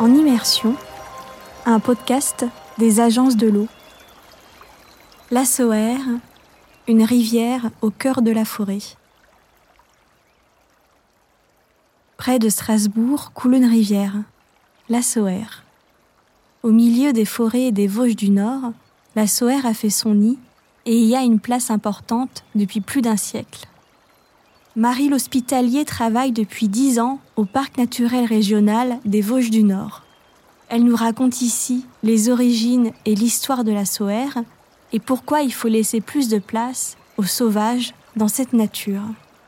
En immersion, un podcast des agences de l'eau. L'Assoër, une rivière au cœur de la forêt. Près de Strasbourg coule une rivière, l'Assoër. Au milieu des forêts et des Vosges du Nord, l'Assoër a fait son nid et y a une place importante depuis plus d'un siècle. Marie L'Hospitalier travaille depuis 10 ans au Parc naturel régional des Vosges du Nord. Elle nous raconte ici les origines et l'histoire de l'Assoër et pourquoi il faut laisser plus de place aux sauvages dans cette nature.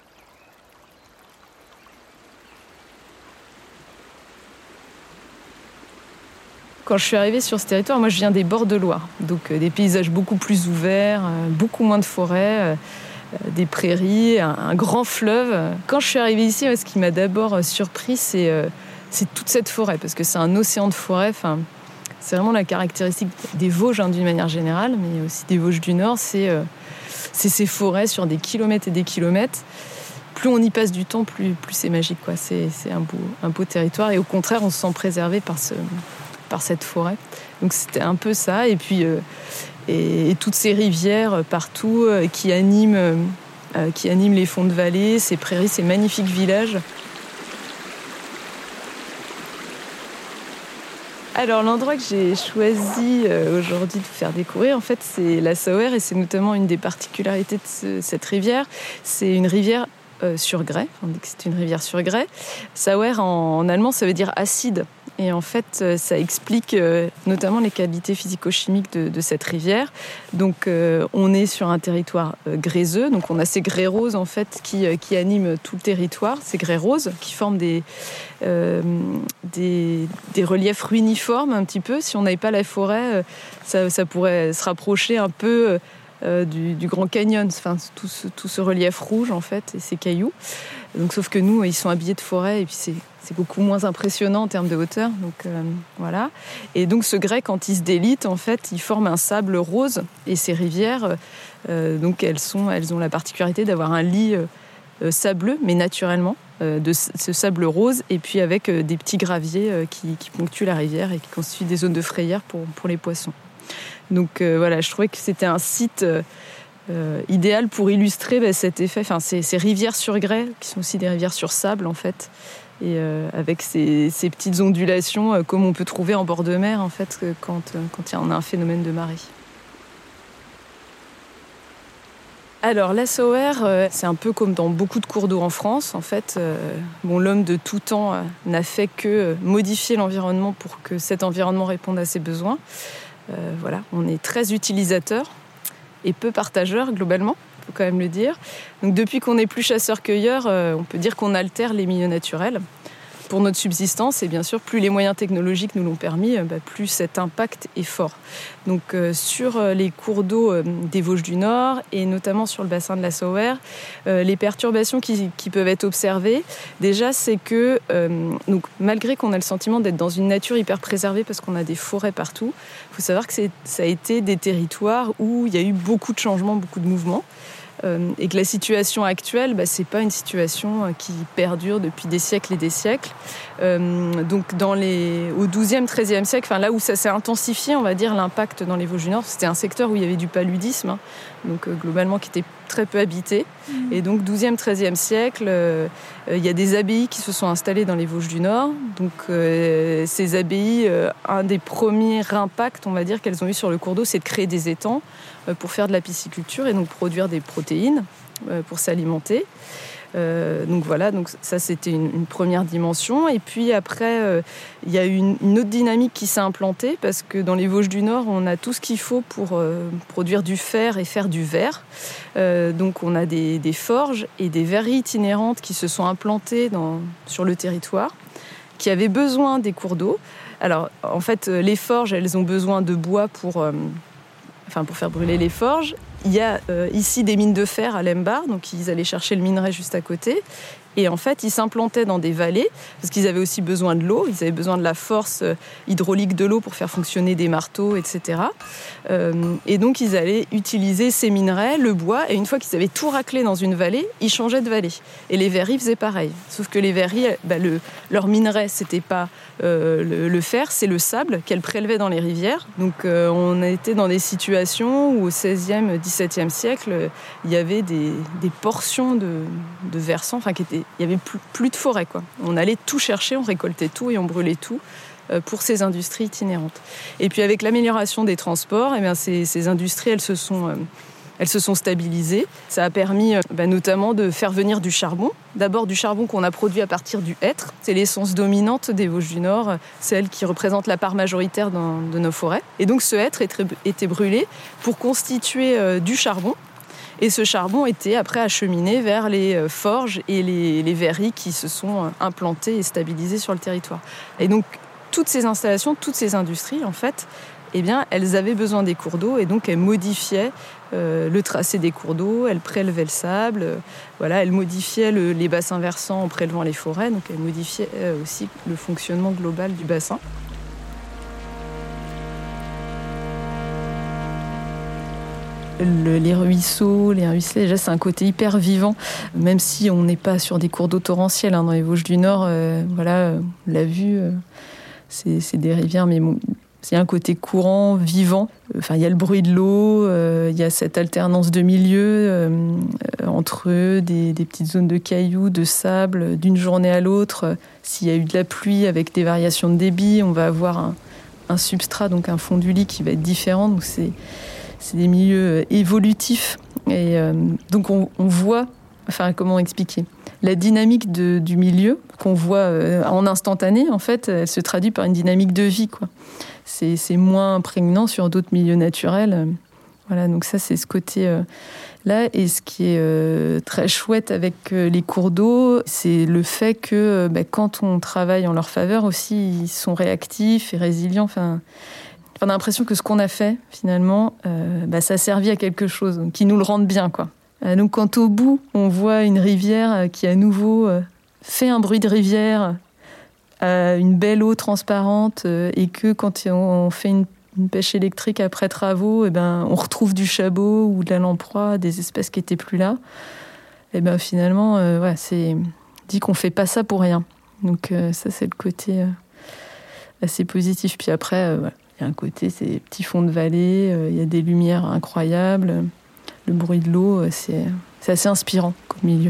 Quand je suis arrivée sur ce territoire, moi je viens des bords de Loire, donc des paysages beaucoup plus ouverts, beaucoup moins de forêts, des prairies, un grand fleuve. Quand je suis arrivée ici, ce qui m'a d'abord surpris, c'est toute cette forêt, parce que c'est un océan de forêt. C'est vraiment la caractéristique des Vosges d'une manière générale, mais aussi des Vosges du Nord, c'est ces forêts sur des kilomètres et des kilomètres. Plus on y passe du temps, plus c'est magique, quoi. C'est un beau territoire, et au contraire, on se sent préservé par cette forêt. Donc c'était un peu ça, et puis et toutes ces rivières partout qui animent les fonds de vallée, ces prairies, ces magnifiques villages. Alors l'endroit que j'ai choisi aujourd'hui de vous faire découvrir, en fait, c'est l'Assoër, et c'est notamment une des particularités de cette rivière. C'est une rivière sur grès, on dit que c'est une rivière sur grès. Sauer en allemand, ça veut dire acide. Et en fait, ça explique notamment les qualités physico-chimiques de cette rivière. Donc, on est sur un territoire gréseux. Donc, on a ces grès roses en fait qui animent tout le territoire. Ces grès roses qui forment des reliefs ruiniformes un petit peu. Si on n'avait pas la forêt, ça pourrait se rapprocher un peu du Grand Canyon. Enfin, tout ce relief rouge en fait et ces cailloux. Donc, sauf que nous, ils sont habillés de forêt, et puis c'est beaucoup moins impressionnant en termes de hauteur. Donc voilà. Et donc ce grès, quand il se délite, en fait, il forme un sable rose. Et ces rivières, donc elles ont la particularité d'avoir un lit sableux, mais naturellement, de ce sable rose, et puis avec des petits graviers qui ponctuent la rivière et qui constituent des zones de frayère pour les poissons. Donc voilà, je trouvais que c'était un site idéal pour illustrer cet effet, ces rivières sur grès, qui sont aussi des rivières sur sable, en fait. Et avec ces petites ondulations comme on peut trouver en bord de mer, en fait, quand on a un phénomène de marée. Alors l'Assoër, c'est un peu comme dans beaucoup de cours d'eau en France. En fait, l'homme de tout temps n'a fait que modifier l'environnement pour que cet environnement réponde à ses besoins. Voilà, on est très utilisateur et peu partageur globalement. Il faut quand même le dire. Donc depuis qu'on n'est plus chasseur-cueilleur, on peut dire qu'on altère les milieux naturels pour notre subsistance, et bien sûr, plus les moyens technologiques nous l'ont permis, plus cet impact est fort. Donc sur les cours d'eau des Vosges du Nord, et notamment sur le bassin de l'Assoër, les perturbations qui peuvent être observées, déjà, c'est que donc, malgré qu'on a le sentiment d'être dans une nature hyper préservée parce qu'on a des forêts partout, il faut savoir que ça a été des territoires où il y a eu beaucoup de changements, beaucoup de mouvements. Et que la situation actuelle, c'est pas une situation qui perdure depuis des siècles et des siècles. Donc au XIIe, XIIIe siècle, là où ça s'est intensifié, on va dire, l'impact dans les Vosges du Nord, c'était un secteur où il y avait du paludisme, donc globalement qui était très peu habité. Et donc XIIe, XIIIe siècle, il y a des abbayes qui se sont installées dans les Vosges du Nord. Donc ces abbayes, un des premiers impacts, on va dire, qu'elles ont eu sur le cours d'eau, c'est de créer des étangs pour faire de la pisciculture et donc produire des protéines pour s'alimenter. Donc voilà, donc ça c'était une première dimension. Et puis après, il y a eu une autre dynamique qui s'est implantée, parce que dans les Vosges du Nord, on a tout ce qu'il faut pour produire du fer et faire du verre. Donc on a des forges et des verreries itinérantes qui se sont implantées sur le territoire, qui avaient besoin des cours d'eau. Alors en fait, les forges, elles ont besoin de bois pour faire brûler les forges. Il y a ici des mines de fer à Lembar, donc ils allaient chercher le minerai juste à côté. Et en fait, ils s'implantaient dans des vallées, parce qu'ils avaient aussi besoin de l'eau, ils avaient besoin de la force hydraulique de l'eau pour faire fonctionner des marteaux, etc. Et donc, ils allaient utiliser ces minerais, le bois, et une fois qu'ils avaient tout raclé dans une vallée, ils changeaient de vallée. Et les verris faisaient pareil. Sauf que les verris, leur minerai, c'était pas le fer, c'est le sable qu'elles prélevaient dans les rivières. Donc, on était dans des situations où au XVIe, XVIIe siècle, il y avait des portions de versants, il n'y avait plus de forêt, quoi. On allait tout chercher, on récoltait tout et on brûlait tout pour ces industries itinérantes. Et puis avec l'amélioration des transports, ces industries, elles se sont stabilisées. Ça a permis notamment de faire venir du charbon. D'abord du charbon qu'on a produit à partir du hêtre. C'est l'essence dominante des Vosges du Nord, celle qui représente la part majoritaire de nos forêts. Et donc ce hêtre était brûlé pour constituer du charbon. Et ce charbon était après acheminé vers les forges et les verris qui se sont implantés et stabilisés sur le territoire. Et donc, toutes ces installations, toutes ces industries, en fait, elles avaient besoin des cours d'eau et donc elles modifiaient le tracé des cours d'eau, elles prélevaient le sable, elles modifiaient les bassins versants en prélevant les forêts, donc elles modifiaient aussi le fonctionnement global du bassin. Les ruisseaux, les ruisselets, déjà c'est un côté hyper vivant, même si on n'est pas sur des cours d'eau torrentiels dans les Vosges du Nord, on l'a vu, c'est des rivières, mais c'est un côté courant, vivant. Il y a le bruit de l'eau, il y a cette alternance de milieux entre eux, des petites zones de cailloux, de sable, d'une journée à l'autre. S'il y a eu de la pluie avec des variations de débit, on va avoir un substrat, donc un fond du lit qui va être différent. Donc c'est des milieux évolutifs. Et donc on voit, comment expliquer, la dynamique du milieu qu'on voit en instantané, en fait, elle se traduit par une dynamique de vie, quoi. C'est moins prégnant sur d'autres milieux naturels. Donc ça, c'est ce côté-là. Et ce qui est très chouette avec les cours d'eau, c'est le fait que quand on travaille en leur faveur aussi, ils sont réactifs et résilients. On a l'impression que ce qu'on a fait, finalement, ça a servi à quelque chose, qui nous le rende bien, quoi. Donc quand au bout, on voit une rivière qui à nouveau fait un bruit de rivière, une belle eau transparente, et que quand on fait une pêche électrique après travaux, on retrouve du chabot ou de la lamproie, des espèces qui n'étaient plus là, finalement, c'est dit qu'on ne fait pas ça pour rien. Donc ça, c'est le côté assez positif. Puis après, il y a un côté, c'est des petits fonds de vallée, il y a des lumières incroyables, le bruit de l'eau, c'est assez inspirant comme milieu.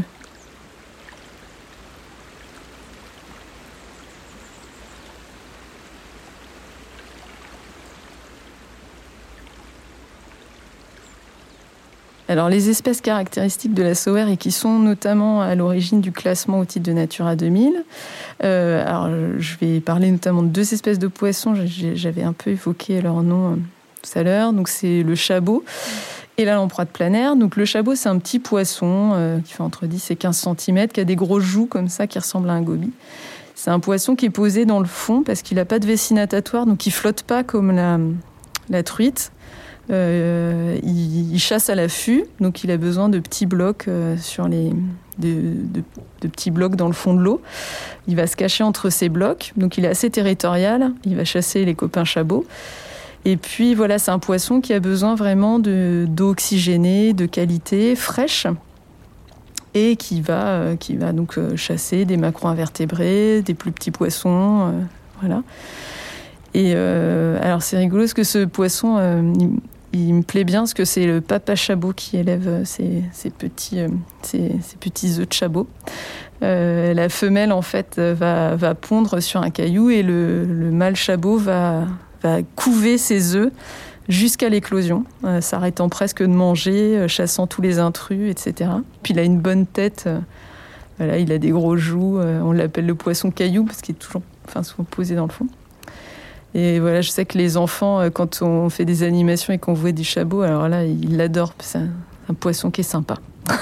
Alors, les espèces caractéristiques de la Sauer et qui sont notamment à l'origine du classement au titre de Natura 2000. Je vais parler notamment de 2 espèces de poissons. J'avais un peu évoqué leur nom tout à l'heure. Donc, c'est le chabot et la lamproie de planaire. Donc, le chabot, c'est un petit poisson qui fait entre 10 et 15 cm, qui a des grosses joues comme ça, qui ressemblent à un gobie. C'est un poisson qui est posé dans le fond parce qu'il n'a pas de vessie natatoire, donc il ne flotte pas comme la truite. Il chasse à l'affût, donc il a besoin de petits blocs de petits blocs dans le fond de l'eau. Il va se cacher entre ces blocs, donc il est assez territorial. Il va chasser les copains chabots. Et puis c'est un poisson qui a besoin vraiment d'eau oxygénée, de qualité, fraîche, et qui va donc chasser des macro-invertébrés, des plus petits poissons, Et alors c'est rigolo parce que ce poisson, il me plaît bien parce que c'est le papa chabot qui élève ces petits œufs de chabot. La femelle en fait va pondre sur un caillou et le mâle chabot va couver ses œufs jusqu'à l'éclosion, s'arrêtant presque de manger, chassant tous les intrus, etc. Puis il a une bonne tête, il a des gros joues, on l'appelle le poisson caillou parce qu'il est toujours souvent posé dans le fond. Et je sais que les enfants, quand on fait des animations et qu'on voit des chabots, alors là, ils l'adorent. C'est un poisson qui est sympa.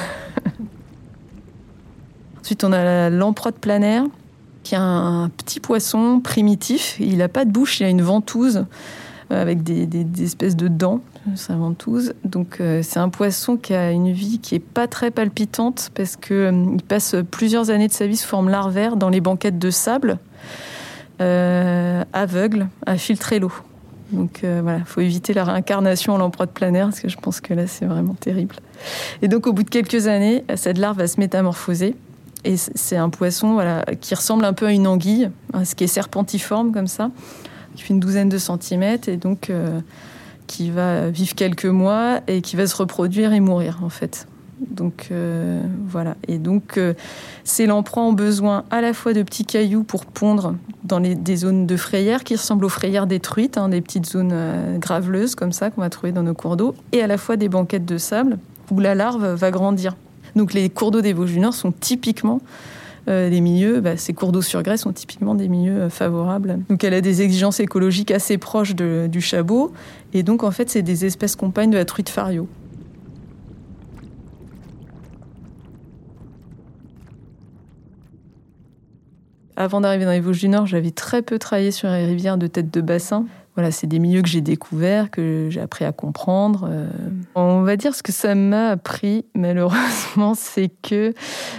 Ensuite, on a la lamproie de planaire, qui est un petit poisson primitif. Il n'a pas de bouche, il a une ventouse avec des espèces de dents, sa ventouse. Donc c'est un poisson qui a une vie qui est pas très palpitante parce qu'il passe plusieurs années de sa vie sous forme larvaire dans les banquettes de sable, aveugle, à filtrer l'eau. Donc voilà, il faut éviter la réincarnation en lamproie de plein air parce que je pense que là c'est vraiment terrible. Et donc au bout de quelques années, cette larve va se métamorphoser. Et c'est un poisson qui ressemble un peu à une anguille, ce qui est serpentiforme comme ça, qui fait une douzaine de centimètres et donc qui va vivre quelques mois et qui va se reproduire et mourir en fait. Donc voilà. Et donc ces lamproies ont besoin à la fois de petits cailloux pour pondre dans des zones de frayères qui ressemblent aux frayères des truites, des petites zones graveleuses comme ça qu'on va trouver dans nos cours d'eau, et à la fois des banquettes de sable où la larve va grandir. Donc les cours d'eau des Vosges du Nord sont typiquement des milieux, ces cours d'eau sur grès sont typiquement des milieux favorables. Donc elle a des exigences écologiques assez proches du chabot, et donc en fait c'est des espèces compagnes de la truite fario. Avant d'arriver dans les Vosges du Nord, j'avais très peu travaillé sur les rivières de tête de bassin. Voilà, c'est des milieux que j'ai découverts, que j'ai appris à comprendre. On va dire ce que ça m'a appris, malheureusement, c'est que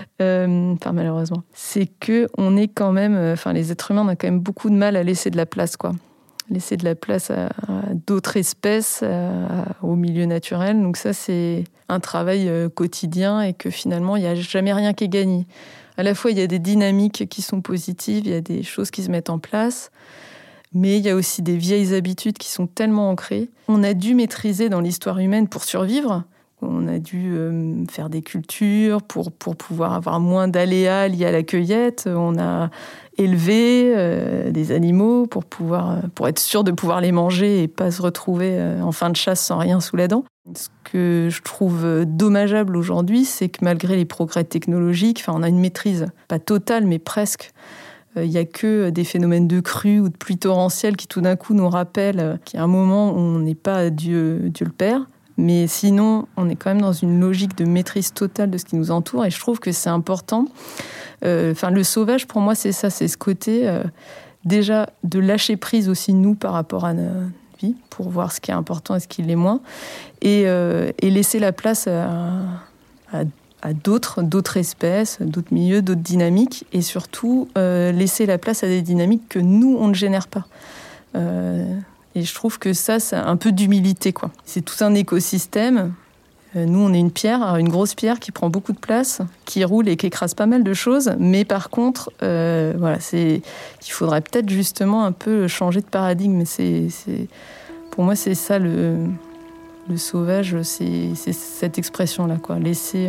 on est quand même, les êtres humains, on a quand même beaucoup de mal à laisser de la place, quoi. Laisser de la place à d'autres espèces, au milieu naturel. Donc ça, c'est un travail quotidien et que finalement, il n'y a jamais rien qui est gagné. À la fois, il y a des dynamiques qui sont positives, il y a des choses qui se mettent en place. Mais il y a aussi des vieilles habitudes qui sont tellement ancrées. On a dû maîtriser dans l'histoire humaine pour survivre. On a dû faire des cultures pour pouvoir avoir moins d'aléas liés à la cueillette. On a élevé des animaux pour être sûr de pouvoir les manger et pas se retrouver en fin de chasse sans rien sous la dent. Ce que je trouve dommageable aujourd'hui, c'est que malgré les progrès technologiques, on a une maîtrise, pas totale, mais presque. Il n'y a que des phénomènes de crue ou de pluie torrentielle qui tout d'un coup nous rappellent qu'il y a un moment où on n'est pas Dieu le Père. Mais sinon, on est quand même dans une logique de maîtrise totale de ce qui nous entoure. Et je trouve que c'est important. Le sauvage, pour moi, c'est ça. C'est ce côté, déjà, de lâcher prise aussi, nous, par rapport à notre vie, pour voir ce qui est important et ce qui l'est moins. Et laisser la place à d'autres espèces, d'autres milieux, d'autres dynamiques, et surtout laisser la place à des dynamiques que nous, on ne génère pas. Et je trouve que ça, c'est un peu d'humilité, quoi. C'est tout un écosystème. Nous, on est une pierre, une grosse pierre qui prend beaucoup de place, qui roule et qui écrase pas mal de choses, mais par contre, il faudrait peut-être justement un peu changer de paradigme. Pour moi, c'est ça le sauvage, c'est cette expression-là, quoi. Laisser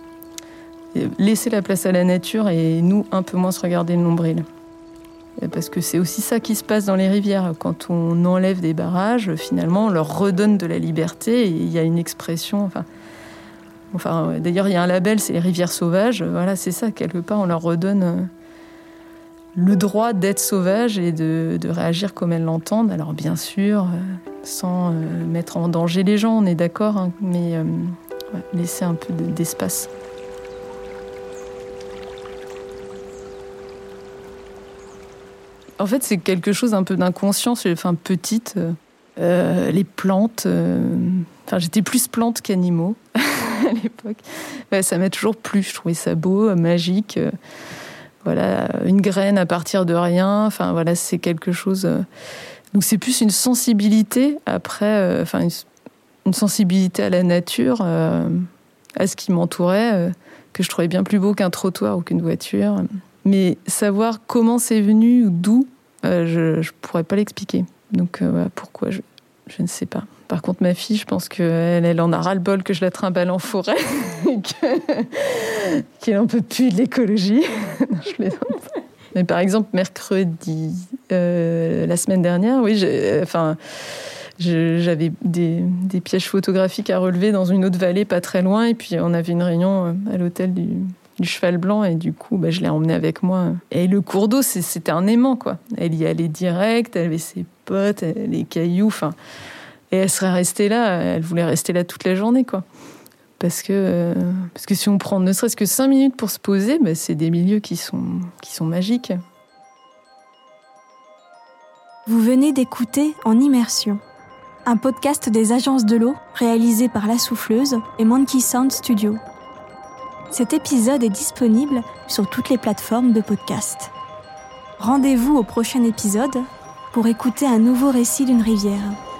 la place à la nature et nous, un peu moins se regarder le nombril. Parce que c'est aussi ça qui se passe dans les rivières. Quand on enlève des barrages, finalement, on leur redonne de la liberté. Et il y a une expression... d'ailleurs, il y a un label, c'est les rivières sauvages. Voilà, c'est ça, quelque part, on leur redonne le droit d'être sauvages et de réagir comme elles l'entendent. Alors, bien sûr, sans mettre en danger les gens, on est d'accord, mais laisser un peu d'espace. En fait, c'est quelque chose un peu d'inconscient, petite. Les plantes... j'étais plus plante qu'animaux à l'époque. Ça m'a toujours plu, je trouvais ça beau, magique. Une graine à partir de rien. C'est quelque chose... Donc c'est plus une sensibilité, après, une sensibilité à la nature, à ce qui m'entourait, que je trouvais bien plus beau qu'un trottoir ou qu'une voiture. Mais savoir comment c'est venu ou d'où, je ne pourrais pas l'expliquer. Donc pourquoi, je ne sais pas. Par contre, ma fille, je pense qu'elle en a ras-le-bol que je la trimballe en forêt, qu'elle n'en peut plus de l'écologie. Non, je plaisante. Mais par exemple, mercredi, la semaine dernière, oui, j'avais des pièges photographiques à relever dans une autre vallée pas très loin, et puis on avait une réunion à l'hôtel du Cheval Blanc, et du coup, je l'ai emmenée avec moi. Et le cours d'eau, c'était un aimant, quoi. Elle y allait direct, elle avait ses potes, les cailloux, et elle serait restée là, elle voulait rester là toute la journée, quoi. Parce que si on prend ne serait-ce que 5 minutes pour se poser, c'est des milieux qui sont magiques. Vous venez d'écouter En Immersion, un podcast des agences de l'eau réalisé par La Souffleuse et Monkey Sound Studio. Cet épisode est disponible sur toutes les plateformes de podcast. Rendez-vous au prochain épisode pour écouter un nouveau récit d'une rivière.